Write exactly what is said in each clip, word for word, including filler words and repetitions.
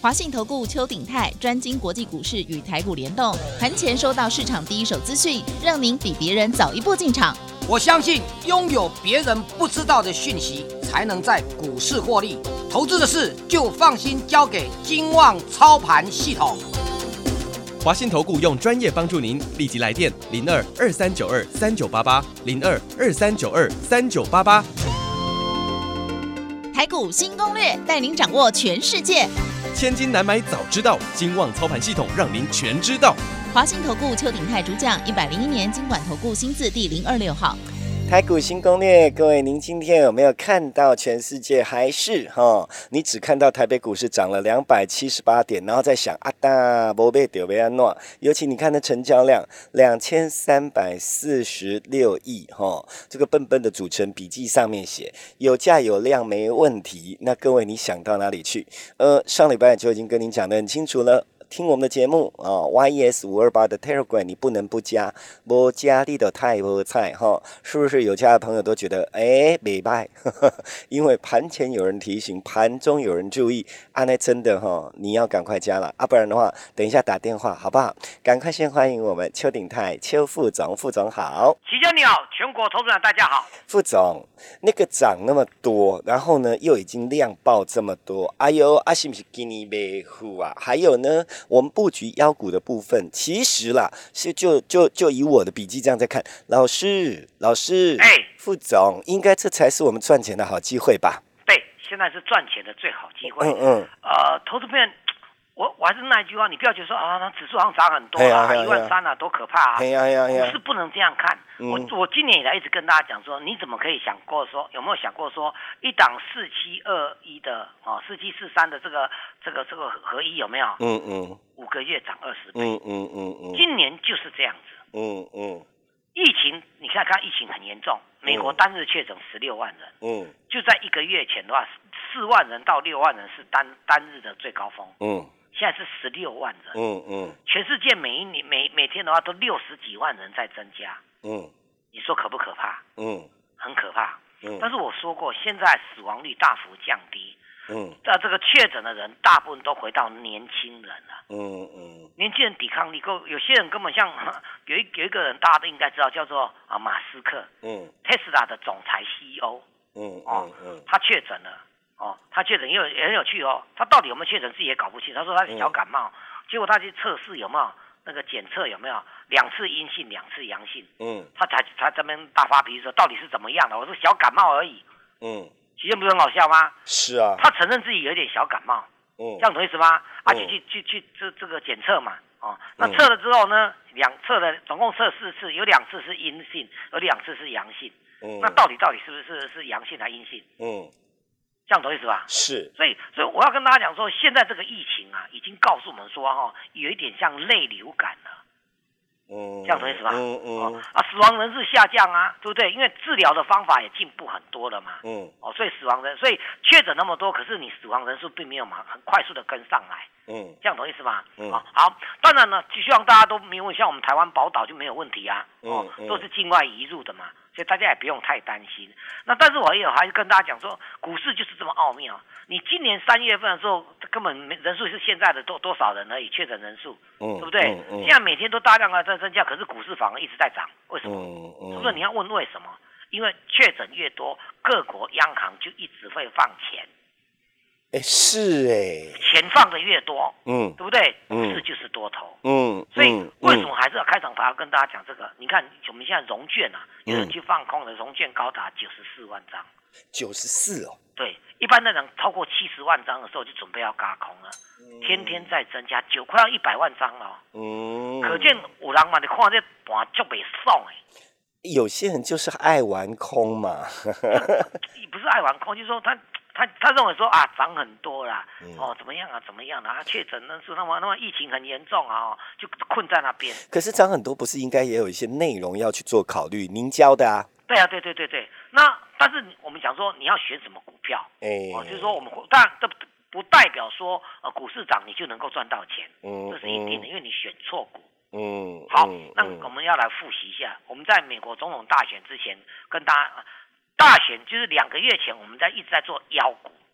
华信投顾邱鼎泰专精国际股市与台股联动，盘前收到市场第一手资讯，让您比别人早一步进场。 我相信拥有别人不知道的讯息，才能在股市获利。投资的事就放心交给金旺操盘系统。 华信投顾用专业帮助您，立即来电零二二三九二三九八八零二二三九二三九八八。 台股新攻略，带您掌握全世界。 千金难买早知道，金旺操盘系统让您全知道。 华信投顾邱鼎泰主讲，一百零一年金管投顾新字第零二六号。 台股新攻略，各位，您今天有没有看到全世界还是哈？你只看到台北股市涨了两百七十八点，然后再想啊哒，没被丢被安诺。尤其你看的成交量两千三百四十六亿哈，这个笨笨的主持人笔记上面写有价有量没问题。那各位，你想到哪里去？呃，上礼拜就已经跟您讲得很清楚了。听我们的节目啊 ，Y E S 五二八的 Telegram 你不能不加，不加你的太不菜哈，是不是有加的朋友都觉得哎没拜？因为盘前有人提醒，盘中有人注意，啊那真的哈，你要赶快加了啊，不然的话，等一下打电话好不好？赶快先欢迎我们邱鼎泰邱副总，副总好。 齐姐你好，全国投资人大家好。 副总，那个涨那么多，然后呢又已经量爆这么多，哎呦，啊是不是给你维护啊？还有呢？我们布局妖股的部分，其实啦，是就就就以我的笔记这样在看，老师，老师，哎、欸，副总，应该这才是我们赚钱的好机会吧？ 对，现在是赚钱的最好机会。 嗯嗯。 呃，投资片，我我还是那一句话，你不要觉得说啊，那指数好像涨很多啦，一万三啊，多可怕啊！ 哎呀呀呀！ 股市不能这样看。 嗯、 我我今年以来一直跟大家讲说，你怎么可以想过说，有没有想过说，一档四七二一的哦，四七四三的这个这个这个合一有没有？ 嗯嗯。 五个月涨二十倍。 嗯嗯嗯嗯。 今年就是这样子。 嗯嗯。 疫情，你看看疫情很严重，美国单日确诊十六万人。 嗯。 就在一个月前的话，四万人到六万人是单单日的最高峰。 嗯。 现在是十六万人。 嗯嗯。 全世界每一年每每天的话都六十几万人在增加。 嗯。 你说可不可怕？ 嗯。 很可怕。 嗯。 但是我说过，现在死亡率大幅降低。 嗯。 那这个确诊的人大部分都回到年轻人了。 嗯嗯。 年轻人抵抗力够，有些人根本像有一有一个人大家都应该知道，叫做啊马斯克。 嗯。 Tesla 的总裁 C E O。 嗯哦嗯嗯。 他确诊了。哦，他确诊也有也很有趣哦，他到底有没有确诊自己也搞不清。他说他是小感冒，嗯、结果他去测试有没有那个检测有没有两次阴性，两次阳性。嗯，他才才这边大发脾气说到底是怎么样的？我说小感冒而已。嗯，其实不是很好笑吗？ 是啊， 他承认自己有点小感冒。嗯，这样懂意思吗？啊，去去去去这这个检测嘛。哦，那测了之后呢，两测了总共测四次，有两次是阴性，有两次是阳性。嗯，那到底到底是不是是是阳性还阴性？嗯。这样懂意思吧？ 是， 所以所以我要跟大家讲说，现在这个疫情啊，已经告诉我们说哈、哦，有一点像类流感了。嗯，这样懂意思吧？嗯嗯、哦。啊，死亡人数下降啊，对不对？因为治疗的方法也进步很多了嘛。嗯。哦，所以死亡人，所以确诊那么多，可是你死亡人数并没有马很快速的跟上来。嗯。这样懂意思吗？嗯。哦，好，当然呢，希望大家都没有问，像我们台湾宝岛就没有问题啊。哦，嗯嗯、都是境外移入的嘛。所以大家也不用太担心。那但是我也还是跟大家讲说，股市就是这么奥妙。你今年三月份的时候，根本人数是现在的多多少人而已，确诊人数，嗯、对不对？嗯嗯、现在每天都大量的在增加，可是股市反而一直在涨，为什么？嗯嗯、是不是？你要问为什么？因为确诊越多，各国央行就一直会放钱。 哎，是哎， 钱放的越多，嗯，对不对？股市就是多头，嗯，所以为什么还是要开场白要跟大家讲这个？你看我们现在融券啊，有人去放空的融券高达九十四万张， 九十四哦， 对，一般的人超过七十万张的时候就准备要軋空了，嗯、天天在增加，九快要一百万张了，嗯，可见有人嘛，你看这盘足袂爽哎。 有些人就是爱玩空嘛， 不是爱玩空，就是说他。他他认为说啊涨很多啦，嗯、哦怎么样啊怎么样啊，啊确诊人数那么那么疫情很严重啊，就困在那边。 可是涨很多，不是应该也有一些内容要去做考虑？您教的啊？ 对啊，对对对对。那但是我们讲说你要选什么股票，哎、欸，哦就是说我们当然这不代表说呃股市涨你就能够赚到钱，嗯，这是一定的，因为你选错股。嗯，好，嗯、那我们要来复习一下，我们在美国总统大选之前跟大家。大选就是两个月前，我们在一直在做妖股，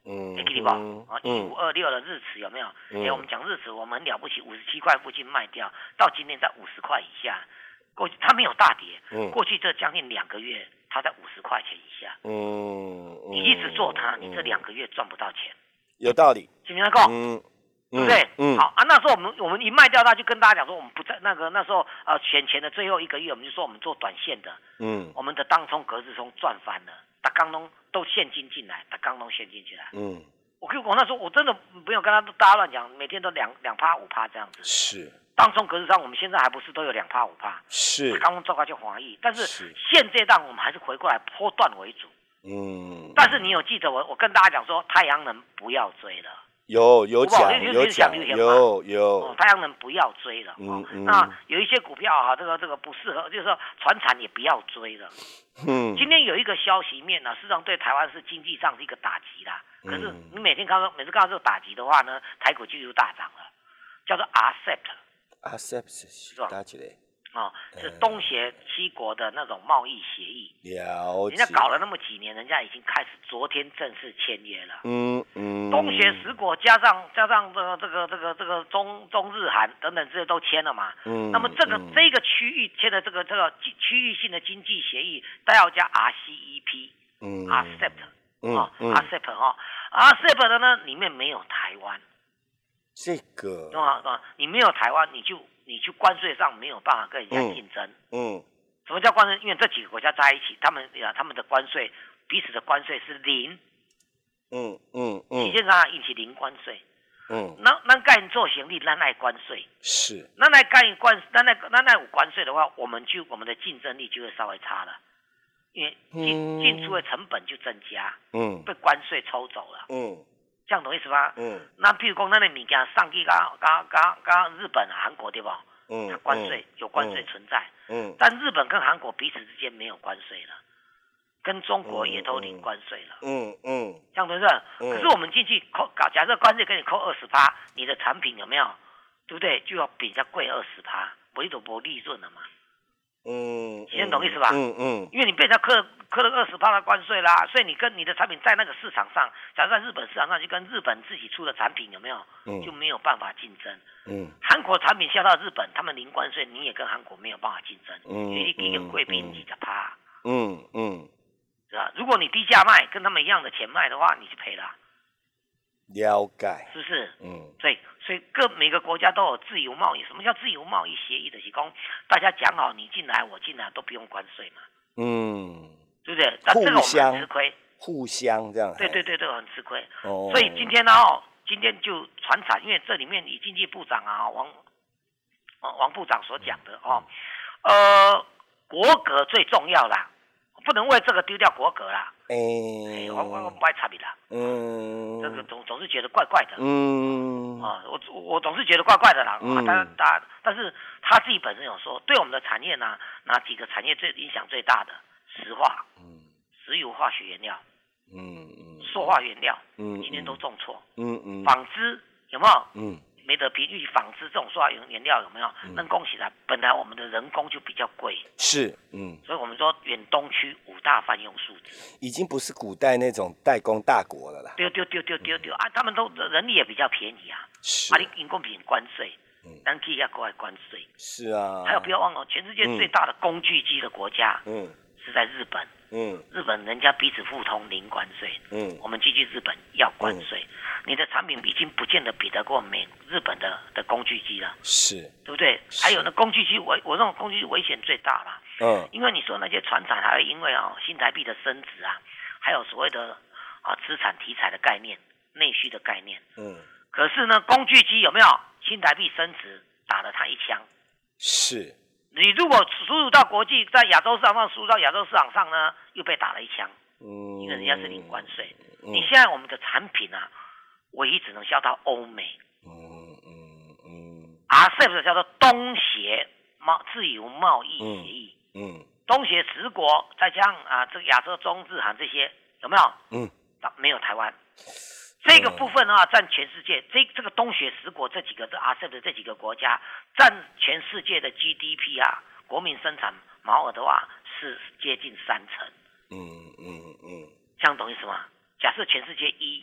嗯，记得不？啊，一五二六的日驰有没有？哎、嗯欸，我们讲日驰，我们很了不起，五十七块附近卖掉，到今天在五十块以下。过去它没有大跌，嗯，过去这将近两个月，它在五十块钱以下。嗯，你一直做它，你这两个月赚不到钱。 有道理， 听明白够？嗯。对不对？嗯，好啊。那时候我们我们一卖掉它，就跟大家讲说，我们不在那个那时候呃选前的最后一个月，我们就说我们做短线的，嗯，我们的当冲、隔日冲赚翻了，打钢通都现金进来，打钢通现金进来，嗯，我跟我那时候我真的没有跟他大家乱讲，每天都两两趴五趴这样子， 是当冲、隔日冲，我们现在还不是都有两趴五趴， 是钢通做高就华裔，但是现这档我们还是回过来波段为主，嗯，但是你有记得我我跟大家讲说，太阳能不要追了。 有有讲有讲有有、 哦，太阳能不要追了。嗯嗯、那有一些股票啊，这个这个不适合，就是说传产也不要追了。嗯。今天有一个消息面呢、啊，事实上对台湾是经济上是一个打击啦。可是你每天看到每次看到这个打击的话呢，台股继续大涨了，叫做 A S E P。A S E P 是打起来。 哦，是东协七国的那种贸易协议， 了解。 人家搞了那么几年，人家已经开始昨天正式签约了。嗯嗯。东协十国加上加上这个这个这个这个中中日韩等等这些都签了嘛。嗯。那么这个、嗯、这个区域签的这个这个区域性的经济协议，都要加 R C E P。嗯。A S E P。嗯。啊、哦、，A S E P 哈 ，A S E P 的呢里面没有台湾。 这个。 懂吗？懂你没有台湾，你就。你去关税上没有办法跟人家竞争。嗯。嗯什么叫关税？因为这几个国家在一起，他们呀，他们的关税彼此的关税是零。嗯嗯嗯。期间上引起零关税。嗯。那那干做行李，咱爱关税。 是。 那来干关，那那那那有关税的话，我们就我们的竞争力就会稍微差了，因为进进出的成本就增加。嗯。被关税抽走了。嗯。这样懂意思吗？嗯。那譬如讲，咱的物件上去到到到到日本啊、韩国对不？嗯。关税有关税存在。嗯。但日本跟韩国彼此之间没有关税了，跟中国也都零关税了。嗯嗯。这样懂意思？嗯。可是我们进去扣，假设关税给你扣二十趴，你的产品有没有？对不对？就要比人家贵二十趴，我就没利润了嘛。嗯。先懂意思吧？嗯嗯。因为你被人家扣。扣了二十趴的关税啦，所以你跟你的产品在那个市场上，假如在日本市场上，就跟日本自己出的产品有没有，嗯、就没有办法竞争。嗯，韩国产品销到日本，他们零关税，你也跟韩国没有办法竞争，嗯、因为你给贵宾几十趴。嗯嗯，是吧？如果你低价卖，跟他们一样的钱卖的话，你就赔了。 了解， 是不是？嗯，所以所以各每个国家都有自由贸易。什么叫自由贸易协议的？是讲大家讲好，你进来我进来都不用关税嘛。嗯。对不对？那这个我们很吃亏， 互相这样。 对对对对，很吃亏。哦。所以今天呢，哦，今天就传产，因为这里面以经济部长啊，王王部长所讲的哦，呃，国格最重要啦，不能为这个丢掉国格啦。哎、欸，我我我不爱插你啦。嗯。这个总总是觉得怪怪的。嗯。啊，我我总是觉得怪怪的啦。嗯。但但但是他自己本身有说，对我们的产业呢，哪几个产业最影响最大的？石化，嗯，石油化学原料，嗯嗯，塑化原料，嗯，今天都重挫，嗯嗯，纺织有没有？嗯，没得比喻纺织这种塑化原料有没有？能供起来，本来我们的人工就比较贵， 是，嗯， 所以我们说远东区五大泛用数值， 已经不是古代那种代工大国了啦， 丢丢丢丢丢丢啊，他们都人力也比较便宜啊，是，啊，你人工比关税。嗯，单机要过来关税， 是啊， 还有不要忘了，全世界最大的工具机的国家，嗯。是在日本，嗯，日本人家彼此互通零关税，嗯，我们进去日本要关税，嗯、你的产品已经不见得比得过美日本的的工具机了， 是， 对不对？还有那工具机，我我这种工具机危险最大啦，嗯，因为你说那些传产还会因为啊、哦、新台币的升值啊，还有所谓的啊资产题材的概念、内需的概念，嗯，可是呢，工具机有没有新台币升值打了他一枪？ 是。 你如果输入到国际，在亚洲市场上输入到亚洲市场上呢，又被打了一枪，嗯，因为人家是零关税。嗯、你现在我们的产品啊，唯一只能销到欧美，嗯嗯嗯 ，R C E P 叫做东协贸自由贸易协议，嗯，嗯东协十国再加上啊这个亚洲、中日韩这些有没有？嗯，没有台湾。这个部分啊，占全世界这这个东协十国这几个这 R C E P 的这几个国家，占全世界的 G D P 啊，国民生产毛额的话是接近三成。嗯嗯嗯，这样懂意思吗？假设全世界一，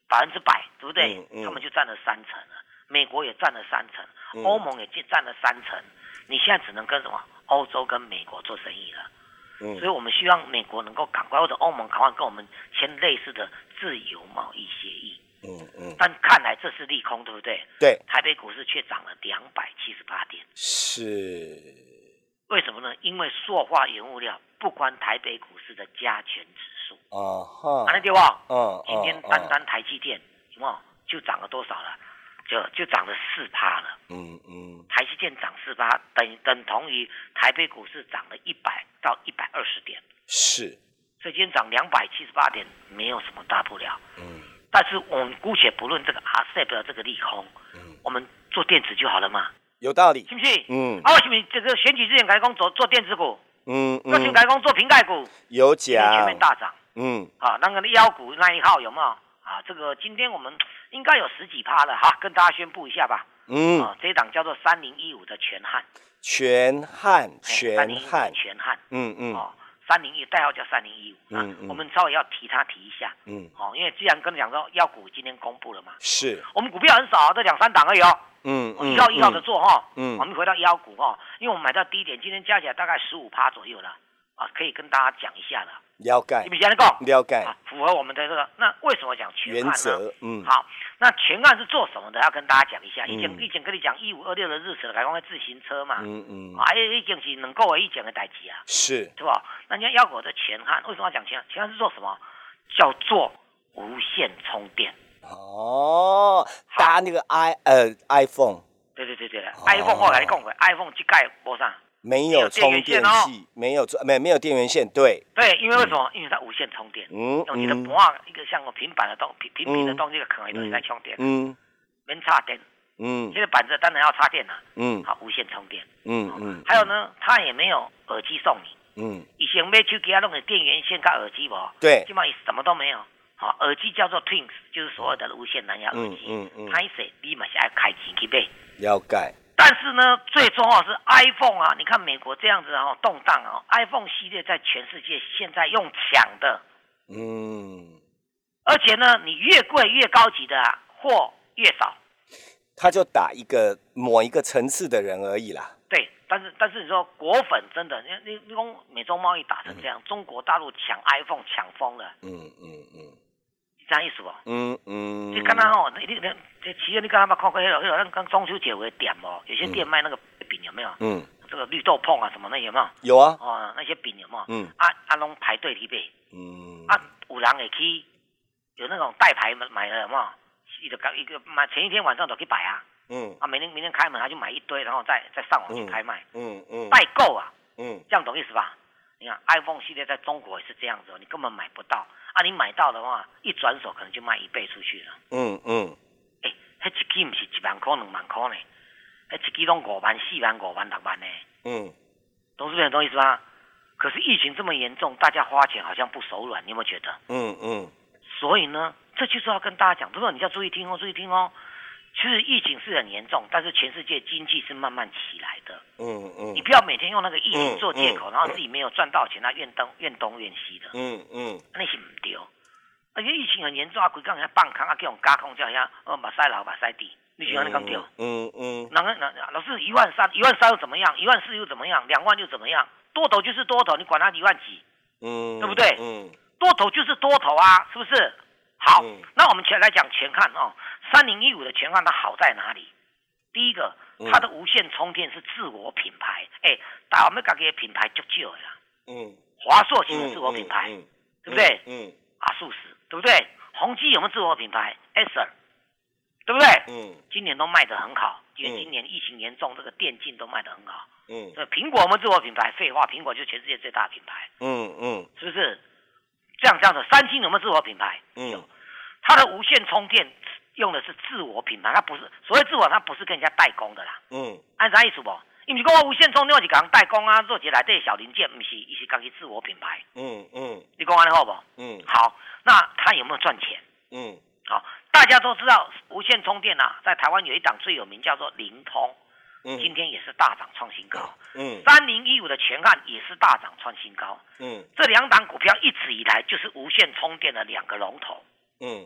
百分之百，对不对？ 嗯嗯、 他们就占了三成了，美国也占了三成，欧、嗯、盟也占了三成。你现在只能跟什么欧洲跟美国做生意了。嗯、所以我们希望美国能够赶快，或者欧盟赶快跟我们签类似的自由贸易协议。嗯嗯。但看来这是利空，对不对？ 对。 台北股市却涨了两百七十八点。 是。为什么呢？因为塑化原物料不关台北股市的加权指数。 啊哈。 啊，那对吧？ 嗯。 今天单单台积电有没有就涨了多少了？就就涨了四趴了。嗯嗯。台积电涨四趴，等等同于台北股市涨了一百到一百二十点。 是。 所以今天涨两百七十八点，没有什么大不了。嗯。但是我们姑且不论这个 R C E P 的这个利空，嗯，我们做电子就好了嘛。 有道理， 是不是？ 嗯。 啊，为什么这个选举之前改工做做电子股？ 嗯嗯。 那就改工做瓶盖股。 有讲。 全面大涨。 嗯。 啊，那个妖股那一号有没有？啊，这个今天我们应该有十几趴了哈，跟大家宣布一下吧。嗯。啊，这一档叫做三零一五的全汉。 全汉，全汉， 全汉。 嗯嗯。 哦。三零一代号叫三零一五，嗯嗯，我们稍微要提它提一下，嗯，好、哦，因为既然跟你讲说妖股今天公布了嘛， 是， 我们股票很少，这两三档而已哦， 嗯嗯， 一号一号的做哈， 嗯， 我们回到妖股哈，因为我们买到低点，今天加起来大概十五趴左右了，啊，可以跟大家讲一下了， 了解， 你比较能够了解、 啊，符合我们的这个，那为什么讲全案呢？ 原则，嗯， 好，那全案是做什么的？要跟大家讲一下，以前、嗯、以前跟你讲一五二六的日子，来讲的自行车嘛， 嗯嗯， 啊，已经是两个月以前的代志啊， 是， 对吧？那你要妖股的全案，为什么要讲全案？全案是做什么？叫做无线充电。 哦，搭那个 i 呃 iPhone。 对对对对、哦、，iPhone 我跟你讲过 ，iPhone 这盖无啥。 没有充电器，没有没没有电源线，对对，因为为什么？嗯、因为它无线充电，嗯，用你的脖啊一个像个平板的东平平平的东西，可能都是在充电，嗯，免插电，嗯，这个板子当然要插电了，嗯，好，无线充电，嗯嗯，还有呢，它也没有耳机送你，嗯，以前买手机啊弄的电源线跟耳机不， 对， 基本上什么都没有，好，耳机叫做 Twins， 就是所谓的无线蓝牙耳机，嗯嗯，拍摄你嘛是要开钱去买， 了解。 但是呢，最重要是 iPhone 啊！你看美国这样子啊，动荡啊 ，iPhone 系列在全世界现在用抢的，嗯，而且呢，你越贵越高级的啊，货越少， 他就打一个某一个层次的人而已啦。 对，但是但是你说果粉真的，你你你讲美洲贸易打成这样，嗯、中国大陆抢 iPhone 抢疯了，嗯嗯嗯，这样意思不？嗯嗯，就刚刚哦，你你这其实你刚刚把看过那个那个刚中秋节有个点哦，有些店卖那个饼有没有？嗯，这个绿豆椪啊什么的有没有？ 有啊。 哦，那些饼有没有？嗯，啊啊拢排队去买。嗯，啊有人会去有那种代牌买的有没有？一个一个买前一天晚上都去摆啊。嗯，啊明天明天开门他就买一堆，然后再再上网去拍卖。嗯嗯，代购啊。嗯，这样懂意思吧？你看 iPhone 系列在中国也是这样子，你根本买不到。啊，你买到的话，一转手可能就卖一倍出去了。嗯嗯。哎、欸，那一支不是一万块、两万块呢，那一支拢五万、四万、五万、六万呢。嗯。懂是不是很懂意思吗？可是疫情这么严重，大家花钱好像不手软，你有没有觉得？嗯嗯。所以呢，这就是要跟大家讲，不是你要注意听哦，注意听哦。其实疫情是很严重，但是全世界经济是慢慢起来的。嗯嗯。你不要每天用那个疫情做借口，嗯嗯、然后自己没有赚到钱，他怨东怨东怨西的。嗯嗯。那是唔对。而且疫情很严重啊，规工人放空啊，叫人加空叫遐，哦，目屎流目屎滴，你想安尼讲对？嗯嗯。那个那老师一万三，一万三又怎么样？一万四又怎么样？两万又怎么样？多头就是多头，你管它一万几？嗯，对不对？嗯。多头就是多头啊，是不是？好，嗯、那我们来讲全看哦，三零一五的全看它好在哪里？第一个，它的无线充电是自我品牌，哎、欸，但我们自己的品牌足少的啦。嗯。华硕型的自我品牌，嗯嗯嗯、对不对？嗯。阿速死，对不对？宏基有没有自我品牌 ？Acer， 对不对？嗯。今年都卖得很好，因为今年疫情严重，这个电竞都卖得很好。嗯。这苹果有没有自我品牌？废话，苹果就是全世界最大的品牌。嗯嗯。是不是？这样这样的，三星有没有自我品牌？嗯。有。它的无线充电用的是自我品牌，它不是所谓自我，它不是跟人家代工的啦。嗯。按啥意思不？因为讲我无线充电我是给人代工啊，做一个内底小零件，不是，伊是自己自我品牌。嗯嗯。你讲安尼好不？嗯。好，那它有没有赚钱？嗯。好，大家都知道无线充电啊，在台湾有一档最有名叫做灵通，嗯，今天也是大涨创新高。嗯。三零一五的全汉也是大涨创新高。嗯。这两档股票一直以来就是无线充电的两个龙头。嗯。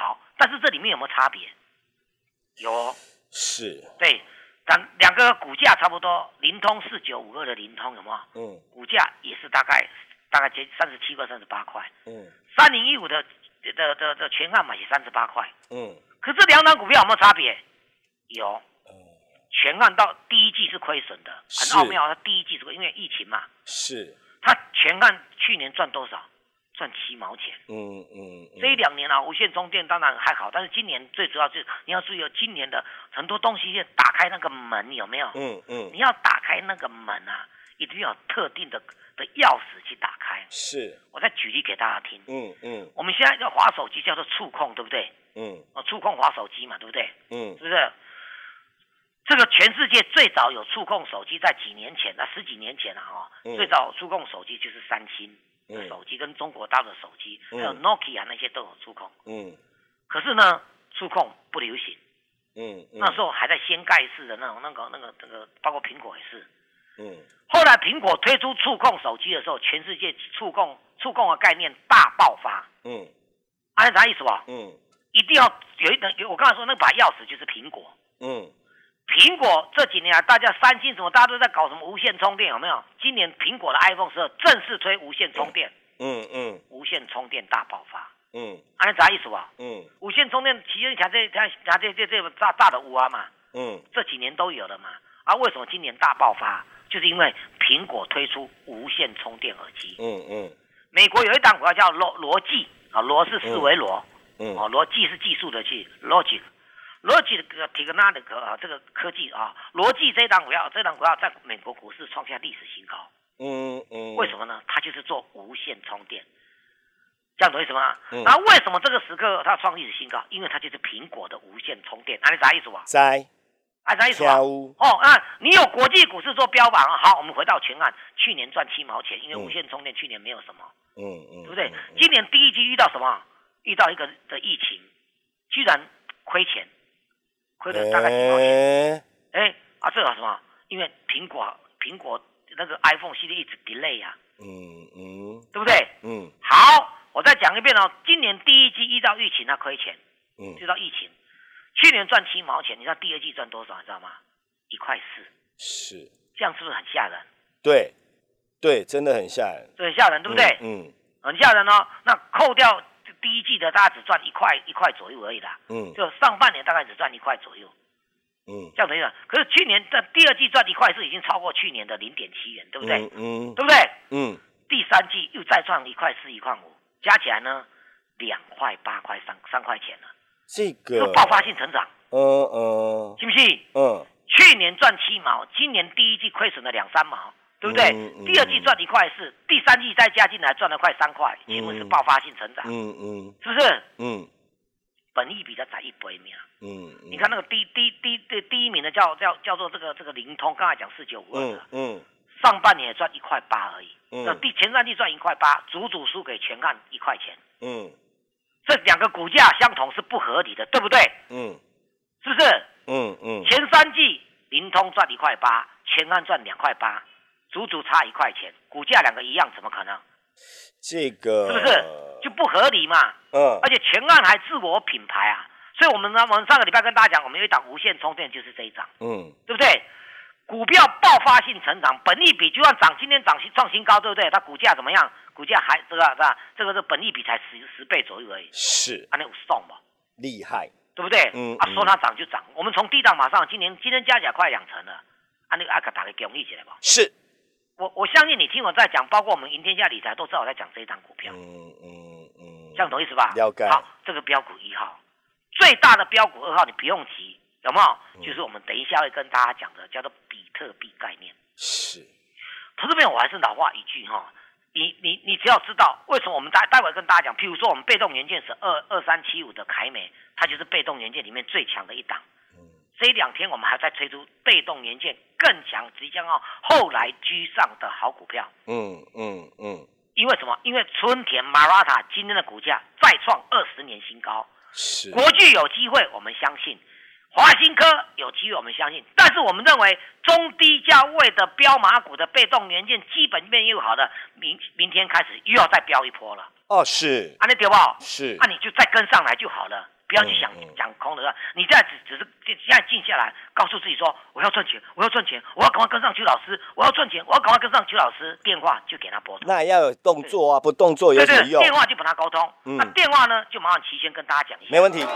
好，但是这里面有没有差别？有， 是， 对，但两个股价差不多，灵通四九五二的灵通有没有？嗯，股价也是大概大概接三十七块、三十八块。嗯，三零一五的的的的全案买是三十八块。嗯，可是两档股票有没有差别？有。全案到第一季是亏损的，很奥妙。它第一季是因为疫情嘛， 是它全案去年赚多少？赚七毛钱。嗯嗯。这一两年啊，无线充电当然还好，但是今年最主要就是你要注意，今年的很多东西打开那个门有没有？嗯嗯。你要打开那个门啊，一定要有特定的的钥匙去打开。 是。 我再举例给大家听。嗯嗯。我们现在要滑手机叫做触控，对不对？嗯。哦，触控滑手机嘛，对不对？嗯。是不是？这个全世界最早有触控手机，在几年前，那十几年前啊，哈、嗯，最早触控手机就是三星的手机，跟中国大陆的手机，嗯、还有 Nokia 那些都有触控。嗯。可是呢，触控不流行。嗯。嗯那时候还在掀盖式的那种，那个、那个、那个，包括苹果也是。嗯。后来苹果推出触控手机的时候，全世界触控触控的概念大爆发。嗯。啊，啥意思吧？嗯。一定要有一等，我刚才说那把钥匙就是苹果。嗯。苹果这几年啊，大家三星什么，大家都在搞什么无线充电，有没有？今年苹果的 iPhone 十二正式推无线充电，嗯嗯，无线充电大爆发，嗯，安尼啥意思啊？嗯，无线充电其实像这像像这这这大大的屋啊嘛，嗯，这几年都有了嘛，啊，为什么今年大爆发？就是因为苹果推出无线充电耳机，嗯嗯，美国有一档股票叫罗罗技啊，罗是四维罗，嗯，哦，罗技是技术的技 ，Logic。逻辑的个提格纳的个啊，这个科技啊，逻辑这档股票，这档股票在美国股市创下历史新高。嗯嗯。为什么呢？它就是做无线充电，这样懂意思吗？嗯。那为什么这个时刻它创历史新高？因为它就是苹果的无线充电。啊，你啥意思啊？ 在。 啊，啥意思啊？哦，那你有国际股市做标榜啊？好，我们回到全案，去年赚七毛钱，因为无线充电去年没有什么。嗯嗯。对不对？嗯嗯、今年第一季遇到什么？遇到一个的疫情，居然亏钱。亏了大概几毛钱？哎、欸，啊，这有什么？因为苹果苹果那个 iPhone 系列一直 delay 呀、啊，嗯嗯，对不对？嗯，好，我再讲一遍哦。今年第一季遇到疫情，它亏钱，嗯，遇到疫情，去年赚七毛钱，你知道第二季赚多少？你知道吗？一块四，是，这样是不是很吓人？ 对，对，真的很吓人， 对，很吓人，对不对？嗯，嗯很吓人哦。那扣掉。第一季的大家只赚一块一块左右而已啦，嗯，就上半年大概只赚一块左右，嗯，这样等于呢。可是去年的第二季赚一块是已经超过去年的零点七元，对不对？嗯，嗯对不对？嗯，第三季又再赚一块四一块五，加起来呢两块八块三三块钱了， 这个爆发性成长， 嗯嗯， 信不信？嗯，去年赚七毛，今年第一季亏损了两三毛。对不对？嗯嗯、第二季赚一块四，第三季再加进来赚了快三块，请问是爆发性成长？嗯嗯，是不是？嗯，本益比才才一倍秒。嗯，你看那个第第第第第一名的叫叫叫做这个这个灵通，刚才讲四九五二的，嗯，上半年也赚一块八而已，嗯，那第前三季赚一块八，足足输给全案一块钱。嗯，这两个股价相同是不合理的，对不对？嗯，是不是？嗯嗯，前三季灵通赚一块八，全案赚两块八。足足差一块钱，股价两个一样，怎么可能？ 这个是不是就不合理嘛？嗯，而且全案还自我品牌啊，所以我们呢，我们上个礼拜跟大家讲，我们有一档无线充电，就是这一档，嗯，对不对？股票爆发性成长，本益比就算涨，今天涨创新高，对不对？它股价怎么样？股价还这个是吧？这个是本益比才十十倍左右而已， 是， 啊，那有送吧？ 厉害， 对不对？嗯，啊，说它涨就涨，我们从低档马上今年今天加起来快两成了，啊，那个阿卡打给公益起来吧？ 是。 我我相信你听我在讲，包括我们赢天下理财都知道我在讲这一档股票，嗯嗯嗯，这样懂意思吧？ 了解。 好，这个标股一号，最大的标股二号你不用急，有没有？嗯、就是我们等一下会跟大家讲的，叫做比特币概念。 是。 投资朋友，我还是老话一句哈，你你你只要知道为什么我们待待会跟大家讲，譬如说我们被动元件是二二三七五的凯美，它就是被动元件里面最强的一档。这两天我们还在推出被动元件更强，即将要后来居上的好股票。嗯嗯嗯。因为什么？因为春田 Murata 今天的股价再创二十年新高。是。国巨有机会，我们相信华新科有机会，我们相信，但是我们认为中低价位的标码股的被动元件基本面又好的，明明天开始又要再飙一波了。 哦，是， 啊，那对不好？ 是， 那、啊、你就再跟上来就好了，不要去想讲、嗯、空的。你现在只只是现在静下来，告诉自己说，我要赚钱，我要赚钱，我要赶快跟上邱老师，我要赚钱，我要赶快跟上邱老师。电话就给他拨通。 那要有动作啊，不动作有什么用？ 对对，电话就把他沟通。嗯、那电话呢，就麻烦齐先跟大家讲一下。 没问题。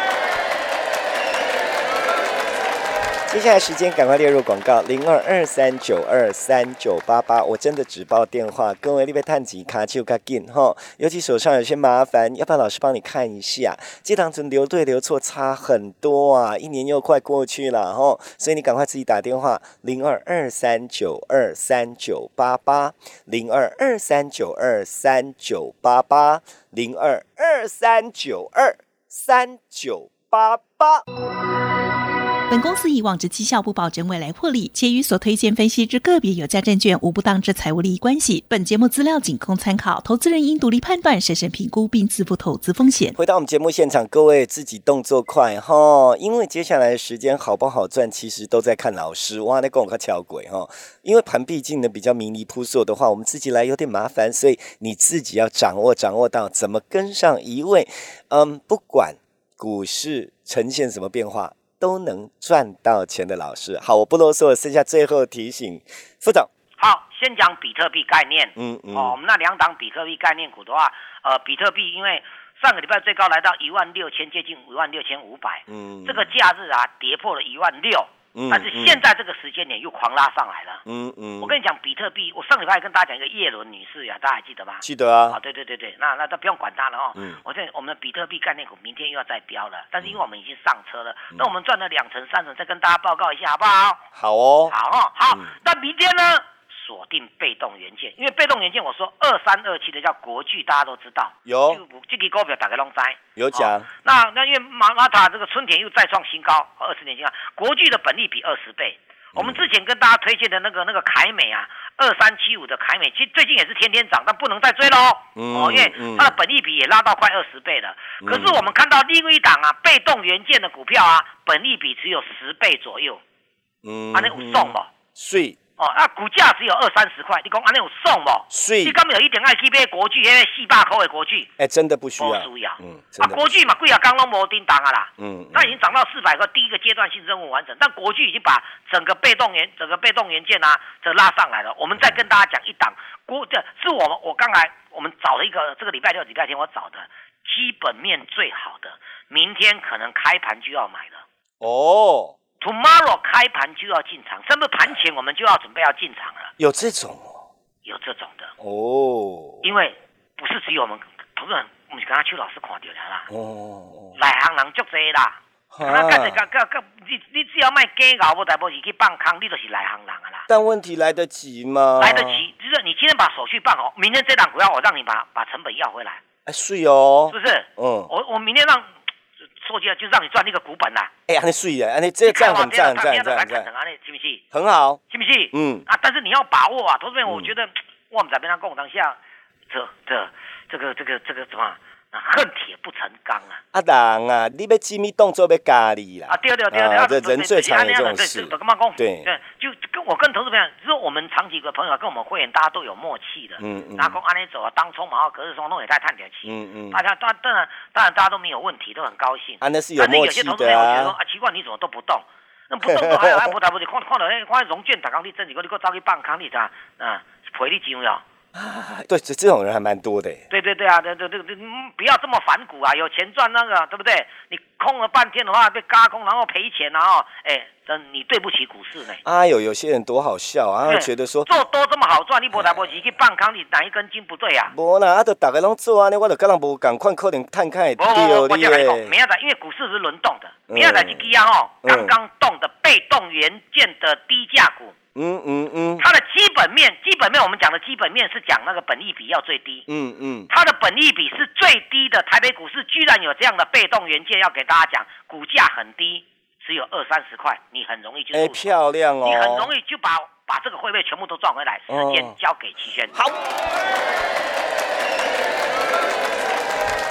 接下来时间赶快列入广告零二二三九二三九八八，我真的只报电话，各位你别探几卡就卡紧哈，尤其手上有些麻烦，要不要老师帮你看一下？这档子留对留错差很多啊，一年又快过去了哈，所以你赶快自己打电话零二二三九二三九八八零二二三九二三九八八零二二三九二三九八八。 本公司以往之绩效不保证未来获利，且与所推荐分析之个别有价证券无不当之财务利益关系。本节目资料仅供参考，投资人应独立判断、审慎评估并自负投资风险。 回到我们节目现场，各位自己动作快哈，因为接下来的时间好不好赚，其实都在看老师。哇，那跟我个巧鬼哈，因为盘毕竟呢比较迷离扑朔的话，我们自己来有点麻烦，所以你自己要掌握掌握到怎么跟上一位，嗯，不管股市呈现什么变化，都能赚到钱的老师。好，我不啰嗦，剩下最后提醒副总。 好，先讲比特币概念。 嗯嗯。 哦，我们那两档比特币概念股的话，呃，比特币因为上个礼拜最高来到一万六千，接近一万六千五百。嗯。这个假日啊，跌破了一万六。嗯。但是现在这个时间点又狂拉上来了。嗯嗯。我跟你讲，比特币，我上礼拜跟大家讲一个叶伦女士呀，大家还记得吗？ 记得啊。 啊，对对对对，那那都不用管它了哦。嗯。我这我们的比特币概念股明天又要再飙了，但是因为我们已经上车了，那、嗯、我们赚了两成三成，再跟大家报告一下好不好？ 好哦。 好哦，好。嗯、那明天呢？锁定被动元件，因为被动元件我说二三二七的叫国巨，大家都知道。 有。 这个股票大家都知。 有讲、 哦。那那因为马马塔这个春田又再创新高，二十年新高，国巨的本利比二十倍。我们之前跟大家推荐的那个那个凯美啊，二三七五的凯美，其实最近也是天天涨，但不能再追喽。嗯、哦，因为它的本益比也拉到快二十倍了。嗯、可是我们看到另一档啊，被动元件的股票啊，本益比只有十倍左右。嗯，啊，那有送不？ 是。 哦，那股价只有二三十块，你讲安尼有送不？ 是。 你敢有一点爱去买国巨，那个四百块的国巨？ 哎、欸，真的不需要。 不需要。 嗯， 啊，国巨嘛，贵啊，刚刚没叮当啊啦。 嗯。 那已经涨到四百块，第一个阶段性任务完成。但国巨已经把整个被动元、整个被动元件啊，这拉上来了。我们再跟大家讲一档，国这是我们我刚才我们找了一个，这个礼拜六、礼拜天我找的基本面最好的，明天可能开盘就要买了。 哦。 Tomorrow 开盘就要进场，甚至盘前我们就要准备要进场了。 有这种哦？ 有这种的哦。 因为不是只有我们投资人，我们是刚刚邱老师看到了啦。哦。内行人足多啦。那干脆干干干，你你只要卖假牛，无代无志去放空，你就是内行人啊啦。 但问题来得及吗？ 来得及，就是你今天把手续办好，明天这档股票我让你把把成本要回来。 哎，是哦。 是不是？嗯。我我明天让。说起来就让你赚那个股本啦！ 哎呀，你水的，你这这样很赞，赞赞赞， 是不是？ 很好， 是不是？嗯啊，但是你要把握啊，投资人，我觉得我们在边上共当下，这这这个这个这个怎么？恨铁不成钢啊！ 啊人啊，你要机密动作要咖喱啦！ 啊对对对对，啊这人最常有这种事。 对，干嘛讲？ 对对，就跟我跟投资朋友，就是我们长期的朋友跟我们会员，大家都有默契的。嗯嗯。然后讲安尼走啊，当冲嘛，隔日冲弄也在探点期。嗯嗯。大家当当然当然大家都没有问题，都很高兴。 啊，那是有默契的啊。但是有些投资朋友觉得说啊，奇怪你怎么都不动？那不动都还还不打不起，看看到那看融券打钢你真几个，你给我走去放空你咋？啊，赔你钱了。 啊，对，这这种人还蛮多的。 对对对啊，对对对对，嗯，不要这么反骨啊，有钱赚那个，对不对？你空了半天的话被嘎空，然后赔钱，然后哎，真你对不起股市呢。 哎呦，有些人多好笑啊，他觉得说做多这么好赚，你无来无去去放空，你哪一根筋不对啊？ 无啦，啊，都大家拢做安尼，我就跟人无共款，可能探开掉你。 我讲来讲，明仔载因为股市是轮动的，明仔载这支啊吼，刚刚动的被动元件的低价股。嗯嗯嗯，它的基本面，基本面我们讲的基本面是讲那个本益比要最低。嗯嗯，它的本益比是最低的，台北股市居然有这样的被动元件，要给大家讲，股价很低，只有二三十块，你很容易就入手。哎， 漂亮哦！ 你很容易就把把这个会费全部都赚回来。时间交给齐轩。 好。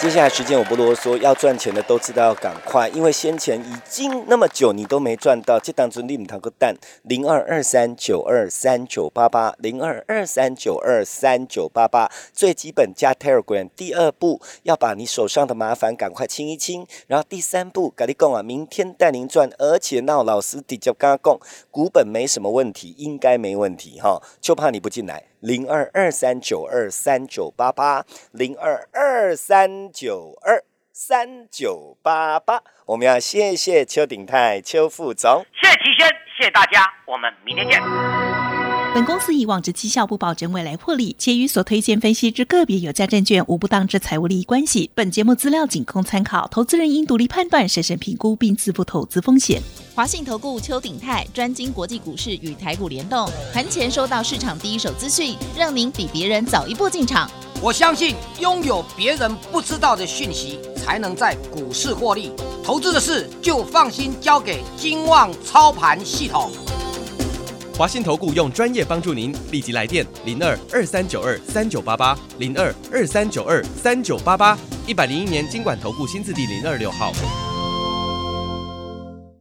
接下来时间我不啰嗦，要赚钱的都知道要赶快，因为先前已经那么久你都没赚到，这当中你唔通个蛋零二二三九二三九八八零二二三九二三九八八，最基本加 Telegram。第二步要把你手上的麻烦赶快清一清，然后第三步跟你讲啊，明天带您赚，而且那老师直接跟他讲，股本没什么问题，应该没问题哈，就怕你不进来。零二二三九二三九八八零二二三九二三九八八，我们要谢谢邱鼎泰邱副总， 谢谢齐轩，谢谢大家，我们明天见。 本公司以往之绩效不保证未来获利，且与所推荐分析之个别有价证券无不当之财务利益关系。本节目资料仅供参考，投资人应独立判断、审慎评估并自负投资风险。 华信投顾邱鼎泰专精国际股市与台股联动，盘前收到市场第一手资讯，让您比别人早一步进场。 我相信拥有别人不知道的讯息，才能在股市获利。投资的事就放心交给金旺操盘系统。 华信投顾用专业帮助您，立即来电零二二三九二三九八八零二二三九二三九八八，一百零一年金管投顾新字第零二六号。